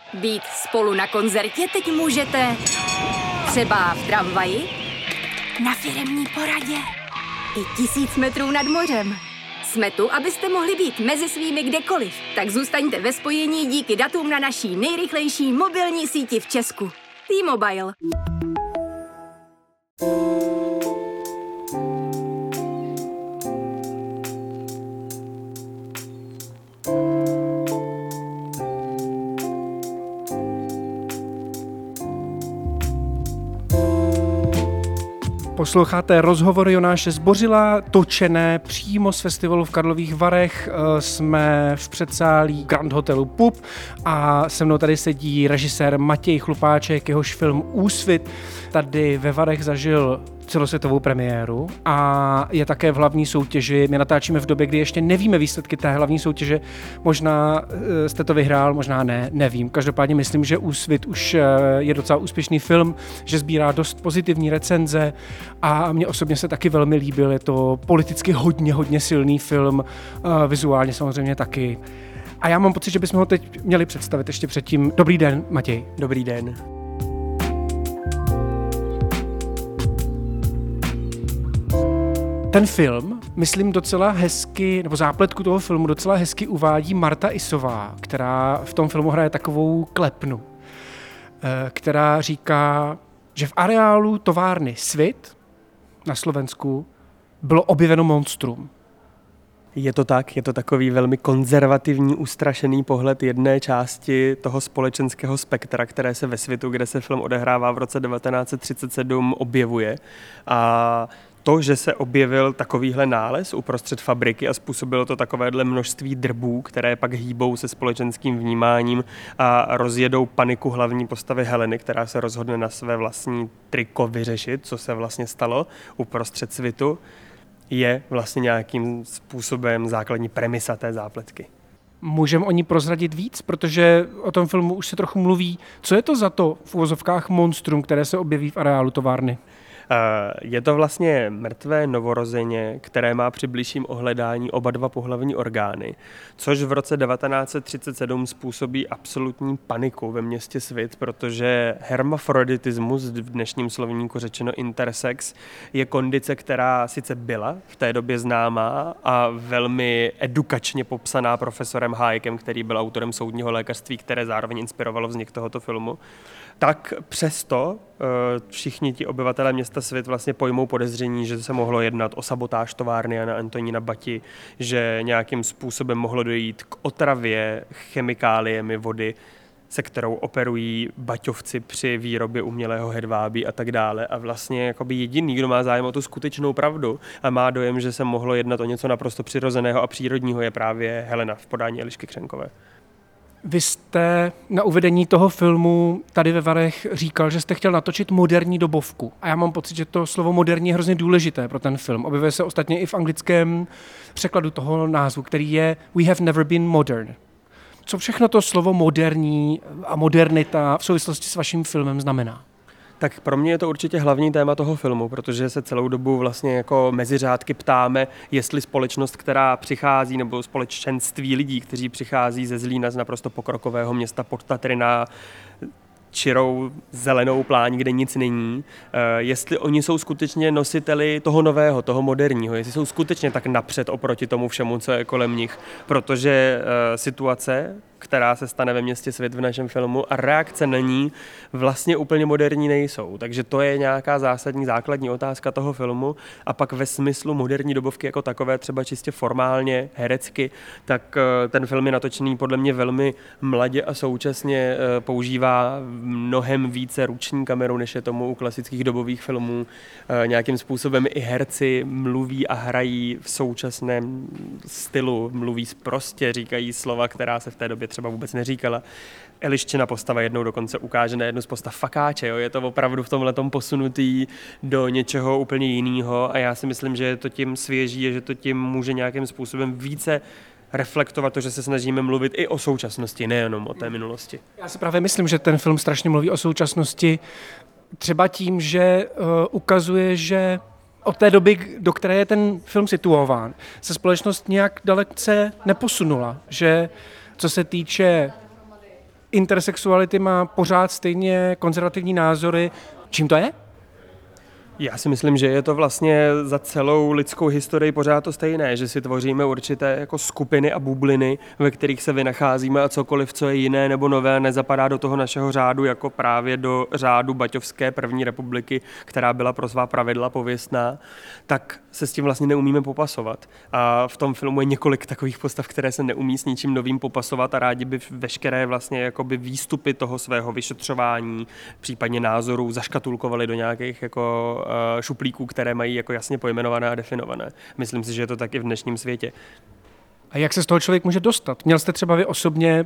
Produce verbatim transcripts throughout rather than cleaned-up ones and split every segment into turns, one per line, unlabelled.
Být spolu na koncertě teď můžete třeba v tramvaji, na firemní poradě i tisíc metrů nad mořem. Jsme tu, abyste mohli být mezi svými kdekoliv. Tak zůstaňte ve spojení díky datům na naší nejrychlejší mobilní síti v Česku. T-Mobile.
Posloucháte rozhovory Jonáše Zbořila, točené přímo z festivalu v Karlových Varech. Jsme v předsálí Grand Hotelu Pub a se mnou tady sedí režisér Matěj Chlupáček, jehož film Úsvit tady ve Varech zažil celosvětovou premiéru a je také v hlavní soutěži. My natáčíme v době, kdy ještě nevíme výsledky té hlavní soutěže. Možná jste to vyhrál, možná ne, nevím. Každopádně myslím, že Úsvit už je docela úspěšný film, že sbírá dost pozitivní recenze a mně osobně se taky velmi líbil. Je to politicky hodně, hodně silný film, vizuálně samozřejmě taky. A já mám pocit, že bychom ho teď měli představit ještě předtím. Dobrý den, Matěj.
Dobrý den.
Ten film, myslím, docela hezky, nebo zápletku toho filmu docela hezky uvádí Marta Isová, která v tom filmu hraje takovou klepnu, která říká, že v areálu továrny Svit na Slovensku bylo objeveno monstrum.
Je to tak, je to takový velmi konzervativní, ustrašený pohled jedné části toho společenského spektra, které se ve Svitu, kde se film odehrává v roce devatenáct set třicet sedm, objevuje. A to, že se objevil takovýhle nález uprostřed fabriky a způsobilo to takovéhle množství drbů, které pak hýbou se společenským vnímáním a rozjedou paniku hlavní postavy Heleny, která se rozhodne na své vlastní triko vyřešit, co se vlastně stalo uprostřed Svitu, je vlastně nějakým způsobem základní premisa té zápletky.
Můžeme o ní prozradit víc, protože o tom filmu už se trochu mluví. Co je to za to v uvozovkách monstrum, které se objeví v areálu továrny?
Je to vlastně mrtvé novorozeně, které má při bližším ohledání oba dva pohlavní orgány, což v roce devatenáct set třicet sedm způsobí absolutní paniku ve městě Svit, protože hermafroditismus, v dnešním slovníku řečeno intersex, je kondice, která sice byla v té době známá a velmi edukačně popsaná profesorem Hájekem, který byl autorem soudního lékařství, které zároveň inspirovalo vznik tohoto filmu, tak přesto všichni ti obyvatelé města Svit vlastně pojmou podezření, že se mohlo jednat o sabotáž továrny Jana Antonína Bati, že nějakým způsobem mohlo dojít k otravě chemikáliemi vody, se kterou operují baťovci při výrobě umělého hedvábí a tak dále. A vlastně jakoby jediný, kdo má zájem o tu skutečnou pravdu a má dojem, že se mohlo jednat o něco naprosto přirozeného a přírodního, je právě Helena v podání Elišky Křenkové.
Vy jste na uvedení toho filmu tady ve Varech říkal, že jste chtěl natočit moderní dobovku. A já mám pocit, že to slovo moderní je hrozně důležité pro ten film. Objevuje se ostatně i v anglickém překladu toho názvu, který je We have never been modern. Co všechno to slovo moderní a modernita v souvislosti s vaším filmem znamená?
Tak pro mě je to určitě hlavní téma toho filmu, protože se celou dobu vlastně jako mezi řádky ptáme, jestli společnost, která přichází, nebo společenství lidí, kteří přichází ze Zlína, z naprosto pokrokového města pod Tatry na čirou zelenou pláň, kde nic není, jestli oni jsou skutečně nositeli toho nového, toho moderního, jestli jsou skutečně tak napřed oproti tomu všemu, co je kolem nich, protože situace, která se stane ve městě Svit v našem filmu a reakce na ní vlastně úplně moderní nejsou. Takže to je nějaká zásadní základní otázka toho filmu a pak ve smyslu moderní dobovky jako takové, třeba čistě formálně, herecky, tak ten film je natočený podle mě velmi mladě a současně používá mnohem více ruční kameru, než je tomu u klasických dobových filmů. Nějakým způsobem i herci mluví a hrají v současném stylu, mluví sprostě, říkají slova, která se v té době třeba vůbec neříkala. Eliščina postava jednou dokonce ukáže na jednu z postav fakáče. Jo? Je to opravdu v tomhletom posunutý do něčeho úplně jiného a já si myslím, že je to tím svěží a že to tím může nějakým způsobem více reflektovat to, že se snažíme mluvit i o současnosti, nejenom o té minulosti.
Já si právě myslím, že ten film strašně mluví o současnosti, třeba tím, že uh, ukazuje, že od té doby, do které je ten film situován, se společnost nějak dalece neposunula, že co se týče intersexuality má pořád stejně konzervativní názory. Čím to je?
Já si myslím, že je to vlastně za celou lidskou historii pořád to stejné, že si tvoříme určité jako skupiny a bubliny, ve kterých se vynacházíme a cokoliv, co je jiné nebo nové, nezapadá do toho našeho řádu, jako právě do řádu baťovské první republiky, která byla pro svá pravidla pověstná, tak se s tím vlastně neumíme popasovat. A v tom filmu je několik takových postav, které se neumí s ničím novým popasovat a rádi by veškeré vlastně jakoby výstupy toho svého vyšetřování, případně názorů zaškatulkovali do nějakých jako šuplíků, které mají jako jasně pojmenované a definované. Myslím si, že je to tak i v dnešním světě.
A jak se z toho člověk může dostat? Měl jste třeba vy osobně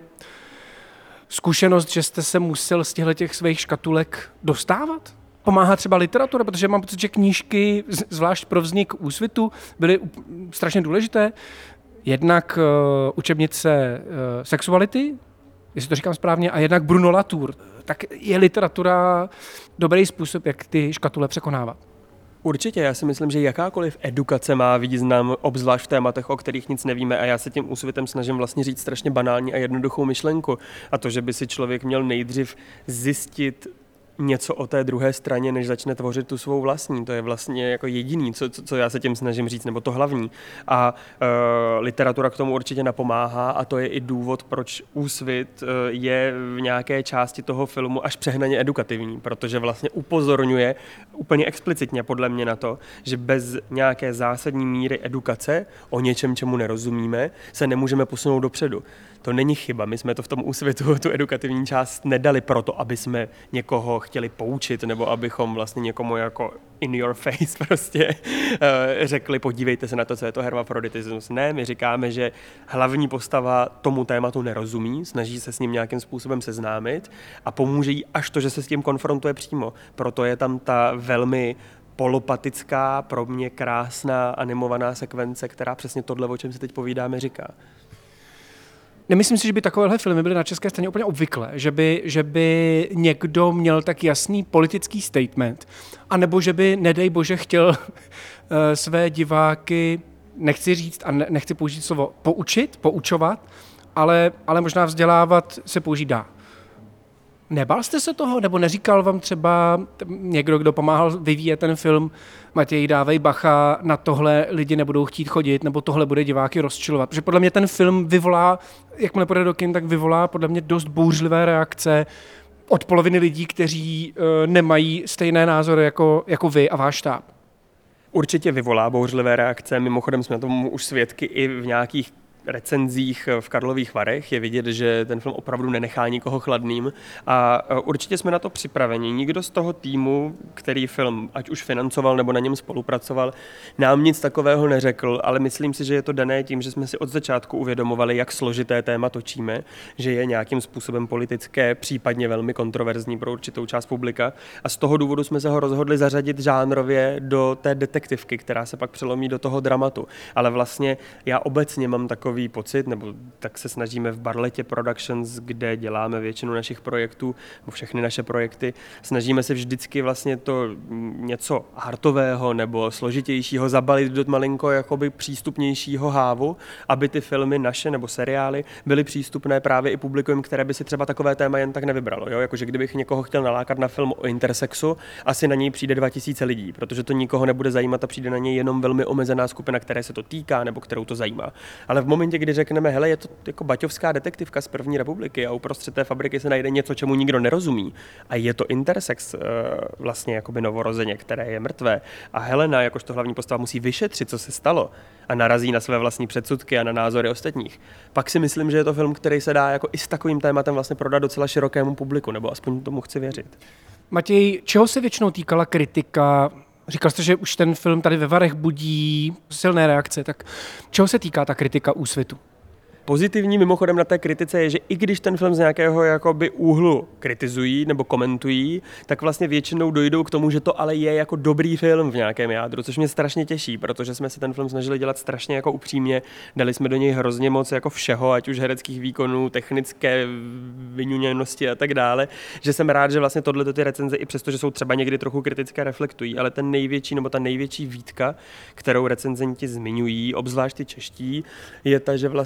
zkušenost, že jste se musel z těchto těch svých škatulek dostávat? Pomáhá třeba literatura, protože mám pocit, že knížky, zvlášť pro vznik Úsvitu, byly strašně důležité. Jednak uh, učebnice uh, sexuality, jestli to říkám správně, a jednak Bruno Latour. Tak je literatura dobrý způsob, jak ty škatule překonávat?
Určitě, já si myslím, že jakákoliv edukace má význam, obzvlášť v tématech, o kterých nic nevíme, a já se tím Úsvitem snažím vlastně říct strašně banální a jednoduchou myšlenku. A to, že by si člověk měl nejdřív zjistit něco o té druhé straně, než začne tvořit tu svou vlastní. To je vlastně jako jediný, co, co já se tím snažím říct, nebo to hlavní. A e, literatura k tomu určitě napomáhá a to je i důvod, proč Úsvit e, je v nějaké části toho filmu až přehnaně edukativní, protože vlastně upozorňuje úplně explicitně podle mě na to, že bez nějaké zásadní míry edukace o něčem, čemu nerozumíme, se nemůžeme posunout dopředu. To není chyba, my jsme to v tom Úsvitu, tu edukativní část nedali proto, aby jsme někoho chtěli poučit, nebo abychom vlastně někomu jako in your face prostě řekli, podívejte se na to, co je to hermafroditismus. Ne, my říkáme, že hlavní postava tomu tématu nerozumí, snaží se s ním nějakým způsobem seznámit a pomůže jí až to, že se s tím konfrontuje přímo. Proto je tam ta velmi polopatická, pro mě krásná animovaná sekvence, která přesně tohle, o čem se teď povídáme, říká.
Nemyslím si, že by takovéhle filmy byly na české scéně úplně obvyklé, že by, že by někdo měl tak jasný politický statement, anebo že by, nedej bože, chtěl uh, své diváky, nechci říct a ne, nechci použít slovo poučit, poučovat, ale, ale možná vzdělávat se použít dá. Nebál jste se toho, nebo neříkal vám třeba někdo, kdo pomáhal vyvíjet ten film, Matěj, dávej bacha, na tohle lidi nebudou chtít chodit, nebo tohle bude diváky rozčilovat. Protože podle mě ten film vyvolá, jakmile půjde do kin, tak vyvolá podle mě dost bouřlivé reakce od poloviny lidí, kteří uh, nemají stejné názory jako, jako vy a váš štáb.
Určitě vyvolá bouřlivé reakce, mimochodem jsme tomu už svědky i v nějakých recenzích v Karlových Varech. Je vidět, že ten film opravdu nenechá nikoho chladným a určitě jsme na to připraveni. Nikdo z toho týmu, který film ať už financoval nebo na něm spolupracoval, nám nic takového neřekl, ale myslím si, že je to dané tím, že jsme si od začátku uvědomovali, jak složité téma točíme, že je nějakým způsobem politické, případně velmi kontroverzní pro určitou část publika a z toho důvodu jsme se ho rozhodli zařadit žánrově do té detektivky, která se pak přelomí do toho dramatu. Ale vlastně já obecně mám takový pocit, nebo tak se snažíme v Barletě Productions, kde děláme většinu našich projektů, nebo všechny naše projekty, snažíme se vždycky vlastně to něco hartového nebo složitějšího zabalit do malinko jakoby přístupnějšího hávu, aby ty filmy naše nebo seriály byly přístupné právě i publikum, které by si třeba takové téma jen tak nevybralo. Jo? Jakože kdybych někoho chtěl nalákat na film o intersexu, asi na něj přijde dva tisíce lidí, protože to nikoho nebude zajímat a přijde na něj jenom velmi omezená skupina, které se to týká nebo kterou to zajímá. Ale v momentě, kdy řekneme, hele, je to jako baťovská detektivka z první republiky a uprostřed té fabriky se najde něco, čemu nikdo nerozumí a je to intersex vlastně jakoby novorozeně, které je mrtvé a Helena, jakožto hlavní postava, musí vyšetřit, co se stalo a narazí na své vlastní předsudky a na názory ostatních. Pak si myslím, že je to film, který se dá jako i s takovým tématem vlastně prodat docela širokému publiku, nebo aspoň tomu chci věřit.
Matěj, čeho se většinou týkala kritika? Říkal jste, že už ten film tady ve Varech budí silné reakce, tak čeho se týká ta kritika Úsvitu?
Pozitivní mimochodem na té kritice je, že i když ten film z nějakého jakoby úhlu kritizují nebo komentují, tak vlastně většinou dojdou k tomu, že to ale je jako dobrý film v nějakém jádru, což mě strašně těší, protože jsme si ten film snažili dělat strašně jako upřímně, dali jsme do něj hrozně moc jako všeho, ať už hereckých výkonů, technické vyňuněnosti a tak dále, že jsem rád, že vlastně tohle ty recenze i přesto, že jsou třeba někdy trochu kritické, reflektují, ale ten největší nebo ta největší výtka, kterou recenzenti zmiňují, obzvlášť ty čeští, je ta, že vlastně ten film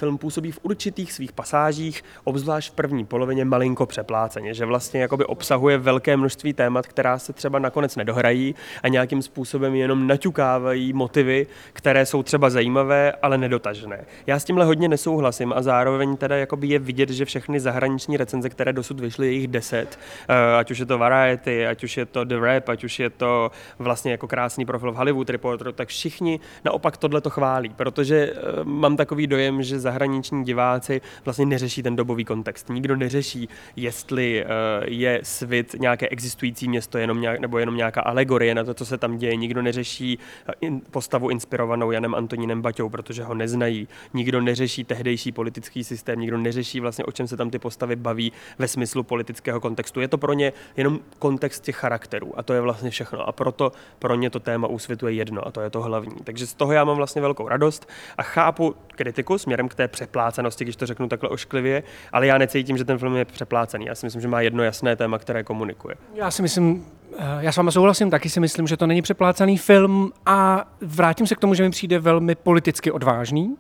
film působí v určitých svých pasážích, obzvlášť v první polovině malinko přepláceně, že vlastně jakoby obsahuje velké množství témat, která se třeba nakonec nedohrají a nějakým způsobem jenom naťukávají motivy, které jsou třeba zajímavé, ale nedotažené. Já s tímhle hodně nesouhlasím a zároveň teda jakoby je vidět, že všechny zahraniční recenze, které dosud vyšly, je jich deset, ať už je to Variety, ať už je to The Wrap, ať už je to vlastně jako krásný profil v Hollywood Reporter, tak všichni naopak tohle to chválí, protože mám takový dojem, že zahraniční diváci vlastně neřeší ten dobový kontext. Nikdo neřeší, jestli je Svit nějaké existující město jenom nějak, nebo jenom nějaká alegorie na to, co se tam děje. Nikdo neřeší postavu inspirovanou Janem Antonínem Baťou, protože ho neznají. Nikdo neřeší tehdejší politický systém, nikdo neřeší vlastně, o čem se tam ty postavy baví ve smyslu politického kontextu. Je to pro ně jenom kontext těch charakterů a to je vlastně všechno. A proto pro ně to téma Úsvitu je jedno a to je to hlavní. Takže z toho já mám vlastně velkou radost a chápu kritiku směrem k té přeplácenosti, když to řeknu takhle ošklivě, ale já necítím, že ten film je přeplácený. Já si myslím, že má jedno jasné téma, které komunikuje.
Já si myslím, já s vámi souhlasím, taky si myslím, že to není přeplácaný film a vrátím se k tomu, že mi přijde velmi politicky odvážný.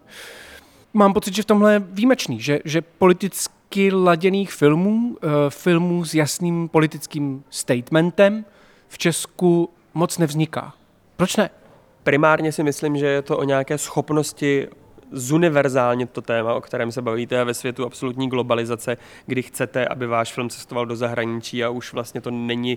Mám pocit, že v tomhle je výjimečný, že, že politicky laděných filmů, filmů s jasným politickým statementem v Česku moc nevzniká. Proč ne?
Primárně si myslím, že je to o nějaké schopnosti zuniverzálnit to téma, o kterém se bavíte ve světu absolutní globalizace, kdy chcete, aby váš film cestoval do zahraničí a už vlastně to není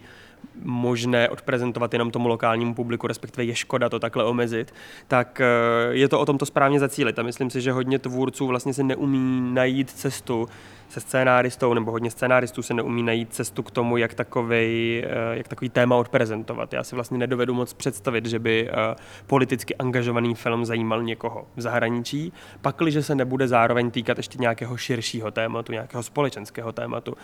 možné odprezentovat jenom tomu lokálnímu publiku, respektive je škoda to takhle omezit, tak je to o tom to správně zacílit. A myslím si, že hodně tvůrců vlastně se neumí najít cestu se scénáristou, nebo hodně scénáristů se neumí najít cestu k tomu, jak takovej, jak takový téma odprezentovat. Já si vlastně nedovedu moc představit, že by politicky angažovaný film zajímal někoho v zahraničí, pakliže se nebude zároveň týkat ještě nějakého širšího tématu, nějakého společenského tématu.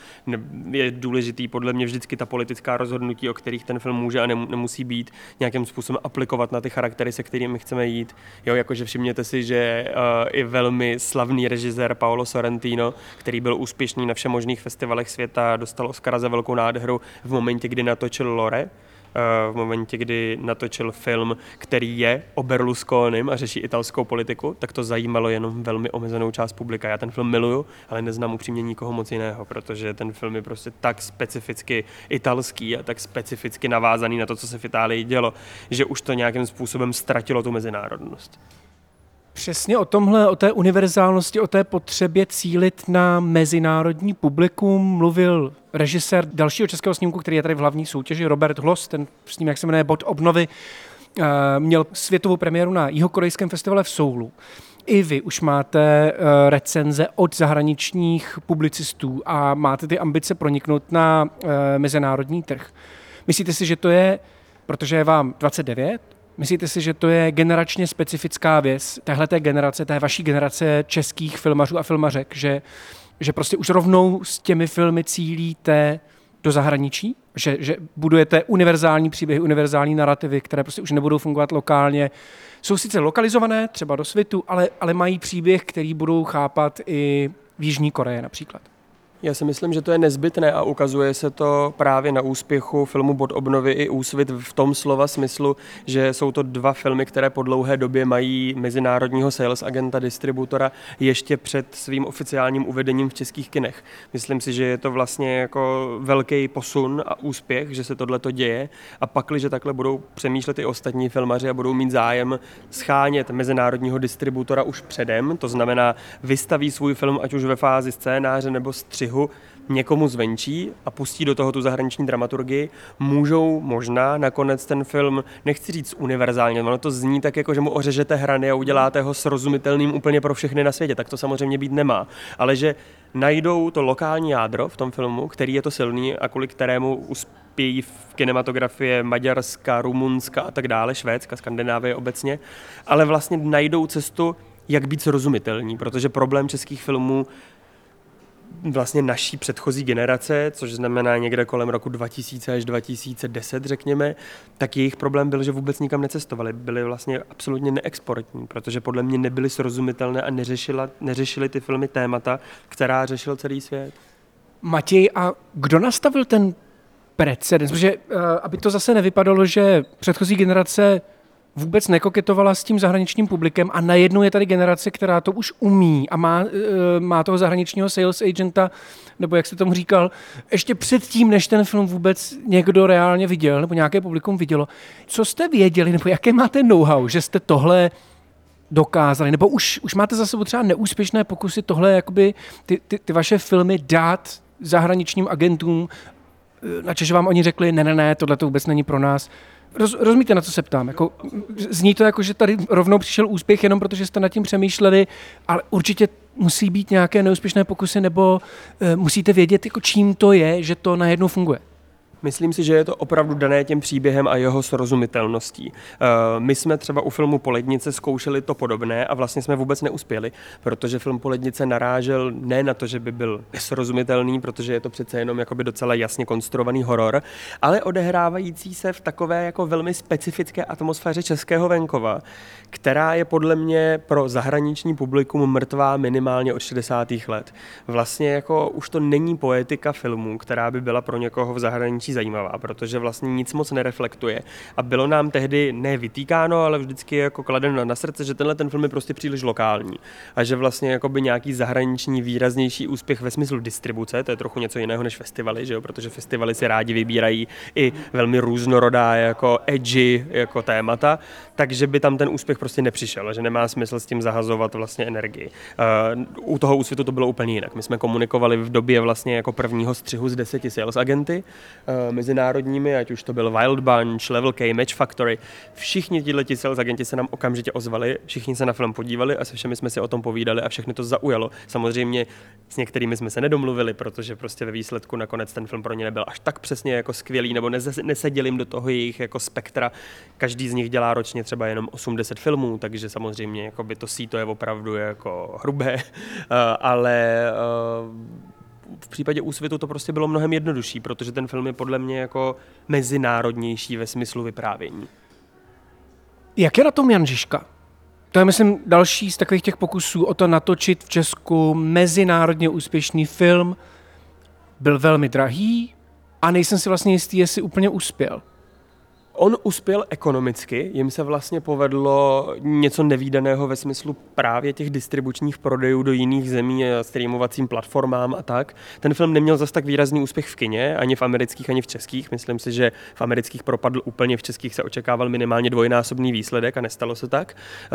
Je důležitý podle mě vždycky ta politická rozhodnutí, o kterých ten film může a nemusí být, nějakým způsobem aplikovat na ty charaktery, se kterými chceme jít. Jo, jakože všimněte si, že uh, i velmi slavný režisér Paolo Sorrentino, který byl úspěšný na všemožných festivalech světa, dostal Oscara za velkou nádheru v momentě, kdy natočil Lore, v momentě, kdy natočil film, který je o Berlusconim a řeší italskou politiku, tak to zajímalo jenom velmi omezenou část publika. Já ten film miluju, ale neznám upřímně nikoho moc jiného, protože ten film je prostě tak specificky italský a tak specificky navázaný na to, co se v Itálii dělo, že už to nějakým způsobem ztratilo tu mezinárodnost.
Přesně o tomhle, o té univerzálnosti, o té potřebě cílit na mezinárodní publikum mluvil režisér dalšího českého snímku, který je tady v hlavní soutěži, Robert Hlos, ten s ním, jak se jmenuje, Bod obnovy, měl světovou premiéru na jihokorejském festivale v Soulu. I vy už máte recenze od zahraničních publicistů a máte ty ambice proniknout na mezinárodní trh. Myslíte si, že to je, protože je vám dvacet devět, myslíte si, že to je generačně specifická věc téhleté generace, té vaší generace českých filmařů a filmařek, že, že prostě už rovnou s těmi filmy cílíte do zahraničí? Že, že budujete univerzální příběhy, univerzální narrativy, které prostě už nebudou fungovat lokálně. Jsou sice lokalizované, třeba do Svitu, ale, ale mají příběh, který budou chápat i v Jižní Koreji například.
Já si myslím, že to je nezbytné a ukazuje se to právě na úspěchu filmu Bod obnovy i Úsvit v tom slova smyslu, že jsou to dva filmy, které po dlouhé době mají mezinárodního sales agenta, distributora ještě před svým oficiálním uvedením v českých kinech. Myslím si, že je to vlastně jako velký posun a úspěch, že se tohleto děje a pakliže takhle budou přemýšlet i ostatní filmaři a budou mít zájem schánět mezinárodního distributora už předem, to znamená vystaví svůj film ať už ve fázi scénáře nebo střihu někomu zvenčí a pustí do toho tu zahraniční dramaturgii, můžou možná nakonec ten film, nechci říct univerzálně, ono to zní tak jako, že mu ořežete hrany a uděláte ho srozumitelným úplně pro všechny na světě, tak to samozřejmě být nemá, ale že najdou to lokální jádro v tom filmu, který je to silný a kvůli kterému uspějí v kinematografie Maďarska, Rumunska a tak dále, Švédska, Skandinávie obecně, ale vlastně najdou cestu, jak být srozumitelní, protože problém českých filmů vlastně naší předchozí generace, což znamená někde kolem roku dva tisíce až dva tisíce deset, řekněme, tak jejich problém byl, že vůbec nikam necestovali. Byli vlastně absolutně neexportní, protože podle mě nebyly srozumitelné a neřešila, neřešili ty filmy témata, která řešil celý svět.
Matěj, a kdo nastavil ten precedens? Protože aby to zase nevypadalo, že předchozí generace vůbec nekoketovala s tím zahraničním publikem a najednou je tady generace, která to už umí a má, má toho zahraničního sales agenta, nebo jak jste tomu říkal, ještě předtím, než ten film vůbec někdo reálně viděl, nebo nějaké publikum vidělo. Co jste věděli, nebo jaké máte know-how, že jste tohle dokázali, nebo už, už máte za sebou třeba neúspěšné pokusy tohle, jakoby ty, ty, ty vaše filmy dát zahraničním agentům, načež vám oni řekli, ne, ne, ne, tohle to vůbec není pro nás. Roz, rozumíte, na co se ptám? Jako, zní to jako, že tady rovnou přišel úspěch jenom protože jste nad tím přemýšleli, ale určitě musí být nějaké neúspěšné pokusy, nebo uh, musíte vědět, jako čím to je, že to najednou funguje.
Myslím si, že je to opravdu dané tím příběhem a jeho srozumitelností. My jsme třeba u filmu Polednice zkoušeli to podobné a vlastně jsme vůbec neuspěli, protože film Polednice narážel ne na to, že by byl srozumitelný, protože je to přece jenom jakoby docela jasně konstruovaný horor, ale odehrávající se v takové jako velmi specifické atmosféře českého venkova, která je podle mě pro zahraniční publikum mrtvá minimálně od šedesátých let. Vlastně jako už to není poetika filmů, která by byla pro někoho v zahraničí zajímavá, protože vlastně nic moc nereflektuje. A bylo nám tehdy ne vytýkáno, ale vždycky jako kladeno na srdce, že tenhle ten film je prostě příliš lokální. A že vlastně jakoby nějaký zahraniční výraznější úspěch ve smyslu distribuce, to je trochu něco jiného než festivaly, že jo? Protože festivaly si rádi vybírají i velmi různorodá jako edgy jako témata, takže by tam ten úspěch prostě nepřišel, že nemá smysl s tím zahazovat vlastně energii. Uh, u toho Úsvitu to bylo úplně jinak. My jsme komunikovali v době vlastně jako prvního střihu s deseti sales agenty, mezinárodními, ať už to byl Wild Bunch, Level K, Match Factory. Všichni tihleti sales agenti se nám okamžitě ozvali, všichni se na film podívali a se všemi jsme si o tom povídali a všechny to zaujalo. Samozřejmě s některými jsme se nedomluvili, protože prostě ve výsledku nakonec ten film pro ně nebyl až tak přesně jako skvělý, nebo neseděl jim do toho jejich jako spektra. Každý z nich dělá ročně třeba jenom osm deset filmů, takže samozřejmě jako by to síto je opravdu jako hrubé, ale v případě Úsvitu to prostě bylo mnohem jednodušší, protože ten film je podle mě jako mezinárodnější ve smyslu vyprávění.
Jak je na tom Jan Žižka? To je, myslím, další z takových těch pokusů o to natočit v Česku mezinárodně úspěšný film. Byl velmi drahý a nejsem si vlastně jistý, jestli úplně uspěl.
On uspěl ekonomicky, jim se vlastně povedlo něco nevídaného ve smyslu právě těch distribučních prodejů do jiných zemí, streamovacím platformám a tak. Ten film neměl zas tak výrazný úspěch v kině, ani v amerických, ani v českých. Myslím si, že v amerických propadl úplně, v českých se očekával minimálně dvojnásobný výsledek a nestalo se tak.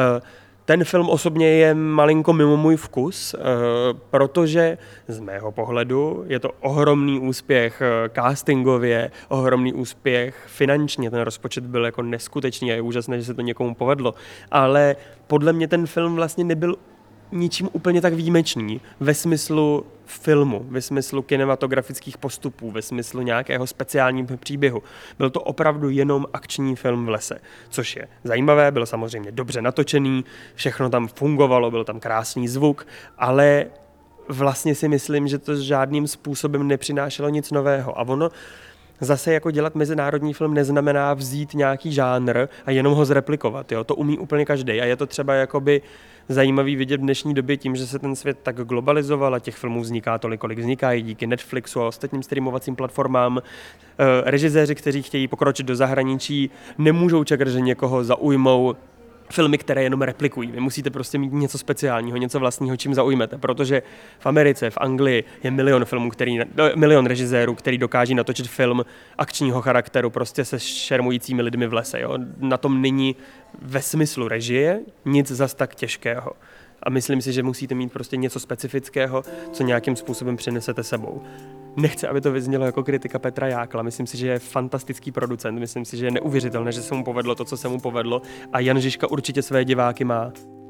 Ten film osobně je malinko mimo můj vkus, protože z mého pohledu je to ohromný úspěch castingově, ohromný úspěch finančně. Ten rozpočet byl jako neskutečný a je úžasné, že se to někomu povedlo. Ale podle mě ten film vlastně nebyl ničím úplně tak výjimečný ve smyslu filmu, ve smyslu kinematografických postupů, ve smyslu nějakého speciálního příběhu. Byl to opravdu jenom akční film v lese, což je zajímavé, byl samozřejmě dobře natočený, všechno tam fungovalo, byl tam krásný zvuk, ale vlastně si myslím, že to žádným způsobem nepřinášelo nic nového. A ono zase jako dělat mezinárodní film neznamená vzít nějaký žánr a jenom ho zreplikovat. Jo? To umí úplně každý. A je to třeba jakoby zajímavý vidět v dnešní době tím, že se ten svět tak globalizoval a těch filmů vzniká tolik, kolik vzniká i díky Netflixu a ostatním streamovacím platformám. E, režiséři, kteří chtějí pokročit do zahraničí, nemůžou čekat, že někoho zaujmou filmy, které jenom replikují. Vy musíte prostě mít něco speciálního, něco vlastního, čím zaujmete, protože v Americe, v Anglii je milion filmů, který, milion režisérů, který dokáží natočit film akčního charakteru prostě se šermujícími lidmi v lese. Jo? Na tom není ve smyslu režie nic zas tak těžkého. A myslím si, že musíte mít prostě něco specifického, co nějakým způsobem přinesete sebou. Nechci, aby to vyznělo jako kritika Petra Jákla. Myslím si, že je fantastický producent. Myslím si, že je neuvěřitelné, že se mu povedlo to, co se mu povedlo. A Jan Žižka určitě své diváky má.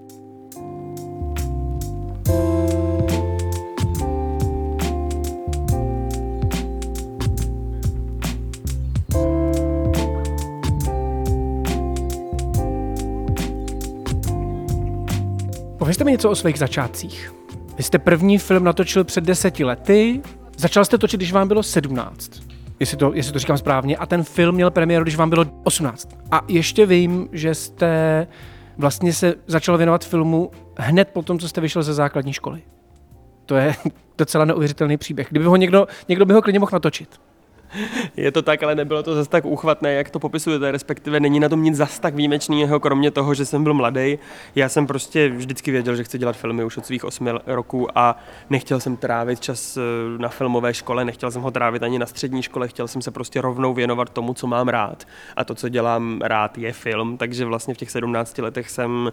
Povězte mi něco o svých začátcích. Vy jste první film natočil před deseti lety, začal jste točit, když vám bylo sedmnáct, jestli to, jestli to říkám správně, a ten film měl premiéru, když vám bylo osmnáct. A ještě vím, že jste vlastně se začal věnovat filmu hned po tom, co jste vyšel ze základní školy. To je docela neuvěřitelný příběh. Kdyby ho někdo, někdo by ho klidně mohl natočit.
Je to tak, ale nebylo to zas tak úchvatné, jak to popisujete, respektive není na tom nic zas tak výjimečného, kromě toho, že jsem byl mladý. Já jsem prostě vždycky věděl, že chci dělat filmy už od svých osmi roků a nechtěl jsem trávit čas na filmové škole, nechtěl jsem ho trávit ani na střední škole, chtěl jsem se prostě rovnou věnovat tomu, co mám rád. A to, co dělám rád, je film, takže vlastně v těch sedmnácti letech jsem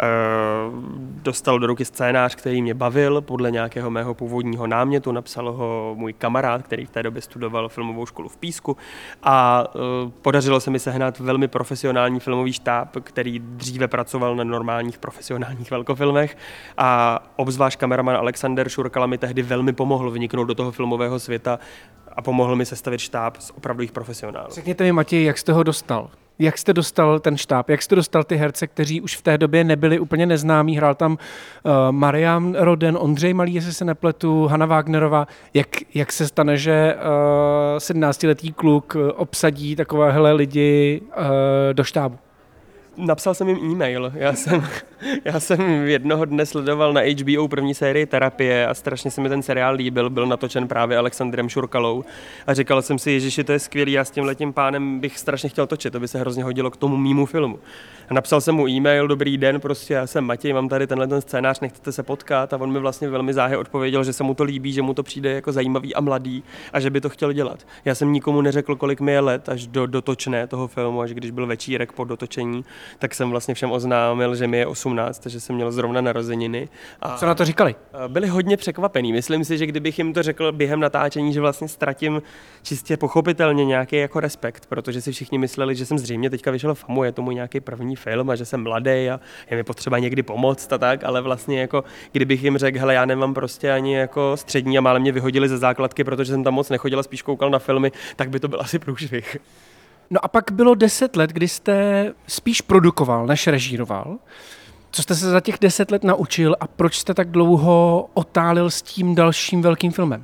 uh, dostal do ruky scénář, který mě bavil podle nějakého mého původního námětu, napsal ho můj kamarád, který v té době studoval filmovou školu v Písku a uh, podařilo se mi sehnat velmi profesionální filmový štáb, který dříve pracoval na normálních profesionálních velkofilmech a obzvlášť kameraman Alexander Šurkala mi tehdy velmi pomohl vniknout do toho filmového světa a pomohl mi sestavit štáb z opravdových profesionálů.
Řekněte mi, Matěj, jak jste ho dostal? Jak jste dostal ten štáb? Jak jste dostal ty herce, kteří už v té době nebyli úplně neznámí? Hrál tam uh, Marian Roden, Ondřej Malý, jestli se nepletu, Hana Wagnerová. Jak, jak se stane, že uh, sedmnáctiletý kluk obsadí takovéhle lidi uh, do štábu?
Napsal jsem jim e-mail. Já jsem, já jsem jednoho dne sledoval na H B O první sérii Terapie a strašně se mi ten seriál líbil. Byl natočen právě Alexandrem Šurkalou a říkal jsem si, ježiši, to je skvělý, já s tímhletím pánem bych strašně chtěl točit, to by se hrozně hodilo k tomu mému filmu. A napsal jsem mu e-mail, dobrý den, prostě já jsem Matěj, mám tady tenhle ten scénář, nechcete se potkat, a on mi vlastně velmi záhy odpověděl, že se mu to líbí, že mu to přijde jako zajímavý a mladý a že by to chtěl dělat. Já jsem nikomu neřekl, kolik mi je let, až do dotočné toho filmu, až když byl večírek po dotočení, tak jsem vlastně všem oznámil, že mi je osmnáct, takže jsem měl zrovna narozeniny. A
co na to říkali?
Byli hodně překvapení. Myslím si, že kdybych jim to řekl během natáčení, že vlastně ztratím čistě pochopitelně nějaký jako respekt, protože si všichni mysleli, že jsem zřejmě teďka vyšel famu, je to můj nějaký první film a že jsem mladý a je mi potřeba někdy pomoct a tak, ale vlastně jako kdybych jim řekl, hele, já nemám prostě ani jako střední a málem mě vyhodili ze základky, protože jsem tam moc nechodil a spíš koukal na filmy, tak by to byl asi průšvih.
No a pak bylo deset let, kdy jste spíš produkoval, než režíroval. Co jste se za těch deset let naučil a proč jste tak dlouho otálil s tím dalším velkým filmem?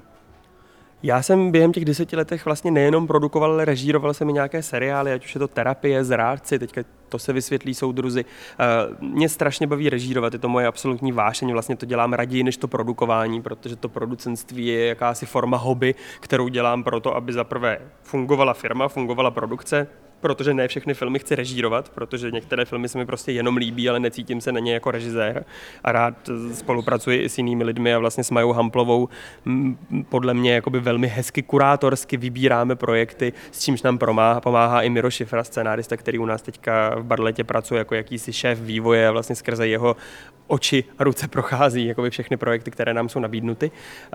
Já jsem během těch deseti letech vlastně nejenom produkoval, ale režíroval jsem i nějaké seriály, ať už je to Terapie, Zrádci, teďka to se vysvětlí soudruzi. Mě strašně baví režírovat, je to moje absolutní vášeň, vlastně to dělám raději než to produkování, protože to producentství je jakási forma hobby, kterou dělám proto, aby zaprvé fungovala firma, fungovala produkce, protože ne všechny filmy chci režírovat, protože některé filmy se mi prostě jenom líbí, ale necítím se na ně jako režisér a rád spolupracuji i s jinými lidmi a vlastně s Majou Hamplovou podle mě jakoby velmi hezky kurátorsky vybíráme projekty, s čímž nám pomáhá, pomáhá i Miro Šifra, scénárista, který u nás teďka v Barletě pracuje jako jakýsi šéf vývoje a vlastně skrze jeho oči a ruce prochází jakoby všechny projekty, které nám jsou nabídnuty.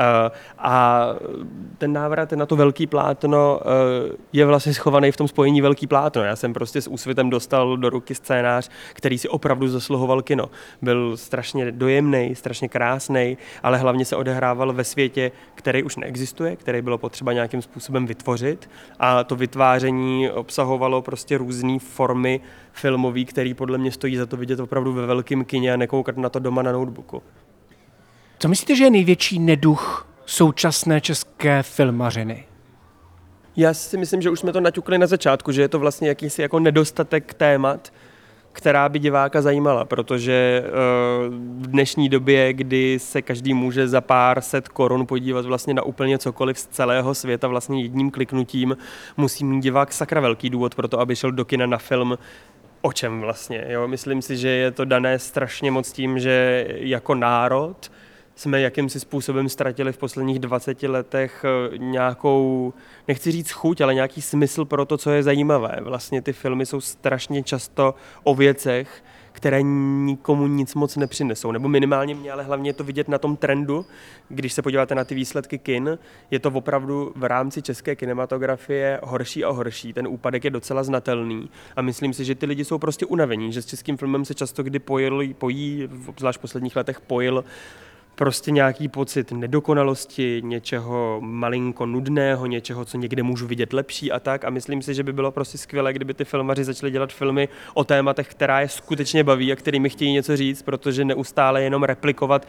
A ten návrat na to velký plátno je vlastně schovaný v tom spojení velký plátno. Já jsem prostě s Úsvitem dostal do ruky scénář, který si opravdu zasluhoval kino. Byl strašně dojemný, strašně krásný, ale hlavně se odehrával ve světě, který už neexistuje, který bylo potřeba nějakým způsobem vytvořit a to vytváření obsahovalo prostě různé formy filmový, který podle mě stojí za to vidět opravdu ve velkém kině a nekoukat na to doma na notebooku.
Co myslíte, že je největší neduh současné české filmařiny?
Já si myslím, že už jsme to naťukli na začátku, že je to vlastně jakýsi jako nedostatek témat, která by diváka zajímala, protože v dnešní době, kdy se každý může za pár set korun podívat vlastně na úplně cokoliv z celého světa vlastně jedním kliknutím, musí mít divák sakra velký důvod pro to, aby šel do kina na film, o čem vlastně. Jo? Myslím si, že je to dané strašně moc tím, že jako národ jsme jakýmsi způsobem ztratili v posledních dvaceti letech nějakou, nechci říct chuť, ale nějaký smysl pro to, co je zajímavé. Vlastně ty filmy jsou strašně často o věcech, které nikomu nic moc nepřinesou. Nebo minimálně mě, ale hlavně je to vidět na tom trendu. Když se podíváte na ty výsledky kin, je to opravdu v rámci české kinematografie horší a horší. Ten úpadek je docela znatelný. A myslím si, že ty lidi jsou prostě unavení, že s českým filmem se často kdy pojil, pojí, obzvlášť v posledních letech pojil prostě nějaký pocit nedokonalosti, něčeho malinko nudného, něčeho, co někde můžu vidět lepší a tak. A myslím si, že by bylo prostě skvělé, kdyby ty filmaři začali dělat filmy o tématech, která je skutečně baví a kterými chtějí něco říct, protože neustále jenom replikovat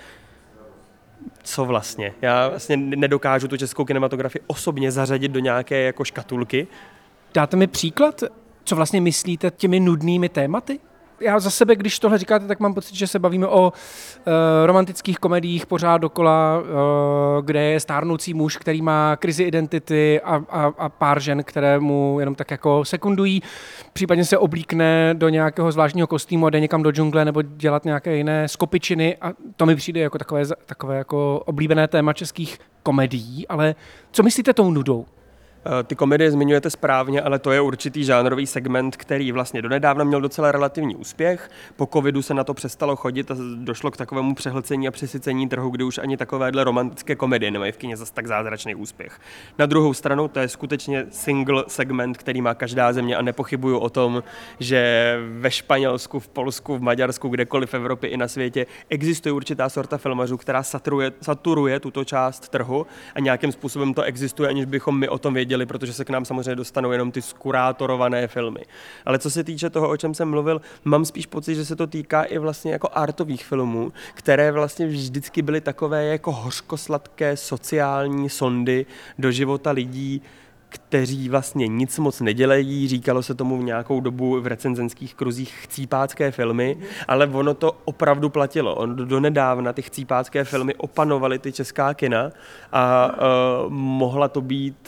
co vlastně. Já vlastně nedokážu tu českou kinematografii osobně zařadit do nějaké jako škatulky.
Dáte mi příklad, co vlastně myslíte těmi nudnými tématy? já za sebe, když tohle říkáte, tak mám pocit, že se bavíme o uh, romantických komediích pořád dokola, uh, kde je stárnoucí muž, který má krizi identity a, a, a pár žen, které mu jenom tak jako sekundují. Případně se oblíkne do nějakého zvláštního kostýmu a jde někam do džungle nebo dělat nějaké jiné skopičiny a to mi přijde jako takové, takové jako oblíbené téma českých komedií, ale co myslíte tou nudou?
Ty komedie zmiňujete správně, ale to je určitý žánrový segment, který vlastně donedávna měl docela relativní úspěch. Po covidu se na to přestalo chodit a došlo k takovému přehlcení a přesycení trhu, kdy už ani takovéhle romantické komedie nemají v kině zas tak zázračný úspěch. Na druhou stranu to je skutečně single segment, který má každá země a nepochybuju o tom, že ve Španělsku, v Polsku, v Maďarsku, kdekoliv v Evropě i na světě existuje určitá sorta filmařů, která saturuje, saturuje tuto část trhu a nějakým způsobem to existuje, aniž bychom my o tom věděli, protože se k nám samozřejmě dostanou jenom ty skurátorované filmy. Ale co se týče toho, o čem jsem mluvil, mám spíš pocit, že se to týká i vlastně jako artových filmů, které vlastně vždycky byly takové jako hořkosladké sociální sondy do života lidí, kteří vlastně nic moc nedělají, říkalo se tomu v nějakou dobu v recenzenských kruzích chcípácké filmy, ale ono to opravdu platilo. On donedávna ty chcípácké filmy opanovaly ty česká kina a uh, mohla to být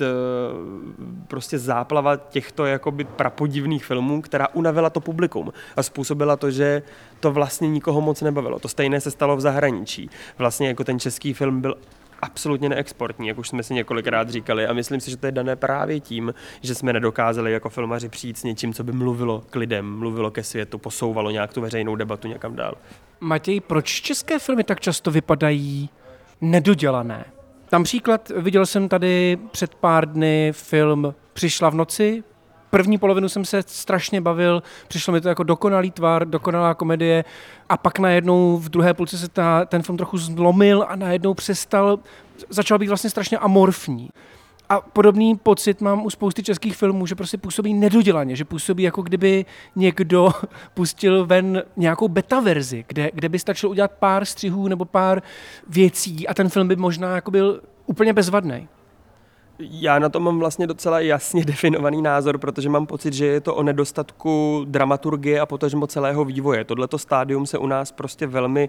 uh, prostě záplava těchto jakoby prapodivných filmů, která unavila to publikum a způsobila to, že to vlastně nikoho moc nebavilo. To stejné se stalo v zahraničí. Vlastně jako ten český film byl absolutně neexportní, jak už jsme si několikrát říkali a myslím si, že to je dané právě tím, že jsme nedokázali jako filmaři přijít s něčím, co by mluvilo k lidem, mluvilo ke světu, posouvalo nějak tu veřejnou debatu někam dál.
Matěj, proč české filmy tak často vypadají nedodělané? Tam příklad, viděl jsem tady před pár dny film Přišla v noci. První polovinu jsem se strašně bavil, přišlo mi to jako dokonalý tvar, dokonalá komedie a pak najednou v druhé půlce se ta, ten film trochu zlomil a najednou přestal, začal být vlastně strašně amorfní. A podobný pocit mám u spousty českých filmů, že prostě působí nedodělaně, že působí jako kdyby někdo pustil ven nějakou beta verzi, kde, kde by stačilo udělat pár střihů nebo pár věcí a ten film by možná jako byl úplně bezvadný.
Já na to mám vlastně docela jasně definovaný názor, protože mám pocit, že je to o nedostatku dramaturgie a potažmo celého vývoje. Tohleto stádium se u nás prostě velmi,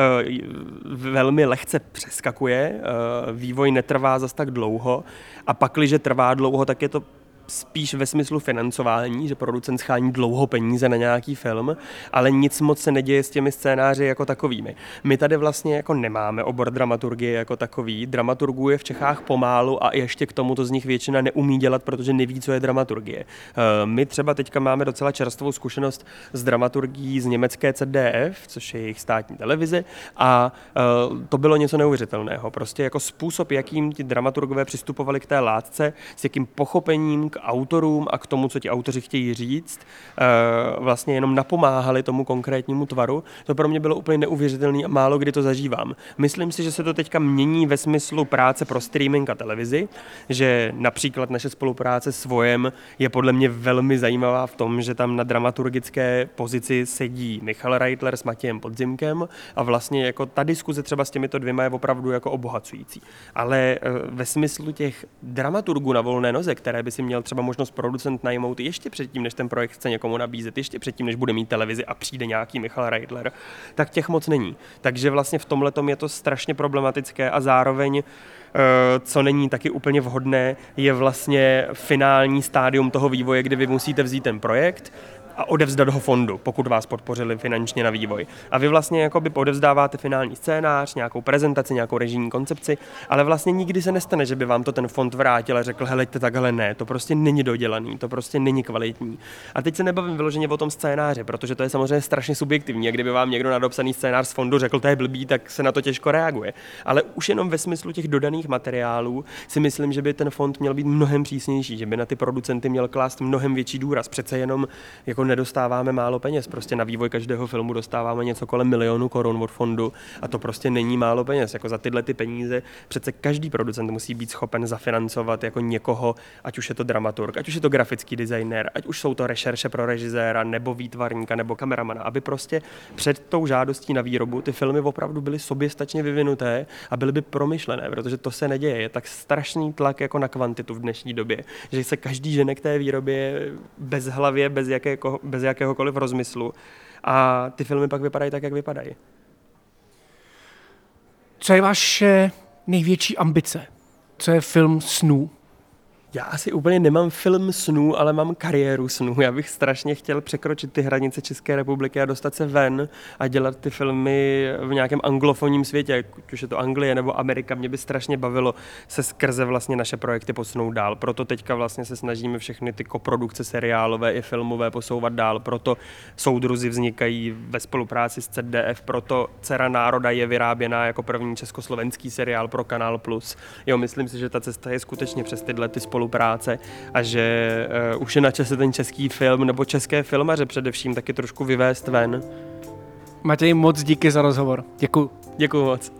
velmi lehce přeskakuje, vývoj netrvá zas tak dlouho a pakliže trvá dlouho, tak je to spíš ve smyslu financování, že producent schání dlouho peníze na nějaký film, ale nic moc se neděje s těmi scénáři jako takovými. My tady vlastně jako nemáme obor dramaturgie jako takový. Dramaturgů je v Čechách pomálu a ještě k tomu to z nich většina neumí dělat, protože neví, co je dramaturgie. My třeba teďka máme docela čerstvou zkušenost s dramaturgií z německé C D F, což je jejich státní televize, a to bylo něco neuvěřitelného. Prostě jako způsob, jakým ti dramaturgové přistupovali k té látce, s jakým pochopením k autorům a k tomu, co ti autoři chtějí říct, vlastně jenom napomáhali tomu konkrétnímu tvaru. To pro mě bylo úplně neuvěřitelné a málo kdy to zažívám. Myslím si, že se to teďka mění ve smyslu práce pro streaming a televizi, že například naše spolupráce s Vojem je podle mě velmi zajímavá v tom, že tam na dramaturgické pozici sedí Michal Reitler s Matějem Podzimkem a vlastně jako ta diskuze třeba s těmito dvěma je opravdu jako obohacující. Ale ve smyslu těch dramaturgů na volné noze, které by si měl třeba možnost producent najmout ještě předtím, než ten projekt chce někomu nabízet, ještě předtím, než bude mít televizi a přijde nějaký Michal Reitler, tak těch moc není. Takže vlastně v tomhletom je to strašně problematické a zároveň, co není taky úplně vhodné, je vlastně finální stádium toho vývoje, kdy vy musíte vzít ten projekt a odevzdat ho fondu, pokud vás podpořili finančně na vývoj. A vy vlastně jakoby odevzdáváte finální scénář, nějakou prezentaci, nějakou režijní koncepci, ale vlastně nikdy se nestane, že by vám to ten fond vrátil a řekl, heleďte, takhle ne, to prostě není dodělaný, to prostě není kvalitní. A teď se nebavím vyloženě o tom scénáři, protože to je samozřejmě strašně subjektivní, a kdyby vám někdo na dopsaný scénář z fondu řekl, to je blbý, tak se na to těžko reaguje. Ale už jenom ve smyslu těch dodaných materiálů si myslím, že by ten fond měl být mnohem přísnější, že by na ty producenty měl klást mnohem větší důraz. Přece jenom jako nedostáváme málo peněz. Prostě na vývoj každého filmu dostáváme něco kolem milionu korun od fondu a to prostě není málo peněz. Jako za tyhle ty peníze přece každý producent musí být schopen zafinancovat jako někoho, ať už je to dramaturg, ať už je to grafický designér, ať už jsou to rešerše pro režiséra nebo výtvarníka nebo kameramana, aby prostě před tou žádostí na výrobu ty filmy opravdu byly soběstačně vyvinuté a byly by promyšlené, protože to se neděje. Je tak strašný tlak jako na kvantitu v dnešní době, že se každý žene k té výrobě bez hlavě, bez jakého bez jakéhokoliv rozmyslu a ty filmy pak vypadají tak, jak vypadají.
Co je vaše největší ambice? Co je film snů?
Já asi úplně nemám film snů, ale mám kariéru snů. Já bych strašně chtěl překročit ty hranice České republiky a dostat se ven a dělat ty filmy v nějakém anglofonním světě, ať už je to Anglie nebo Amerika. Mě by strašně bavilo se skrze vlastně naše projekty posunout dál. Proto teďka vlastně se snažíme všechny ty koprodukce seriálové i filmové posouvat dál. Proto Soudruzi vznikají ve spolupráci s C D F, proto Dcera národa je vyráběná jako první československý seriál pro Kanál Plus. Jo, myslím si, že ta cesta je skutečně přes tyhle ty spolupráce a že uh, už je na čase ten český film nebo české filmaře především taky trošku vyvést ven.
Matěj, moc díky za rozhovor. Děkuju.
Děkuju moc.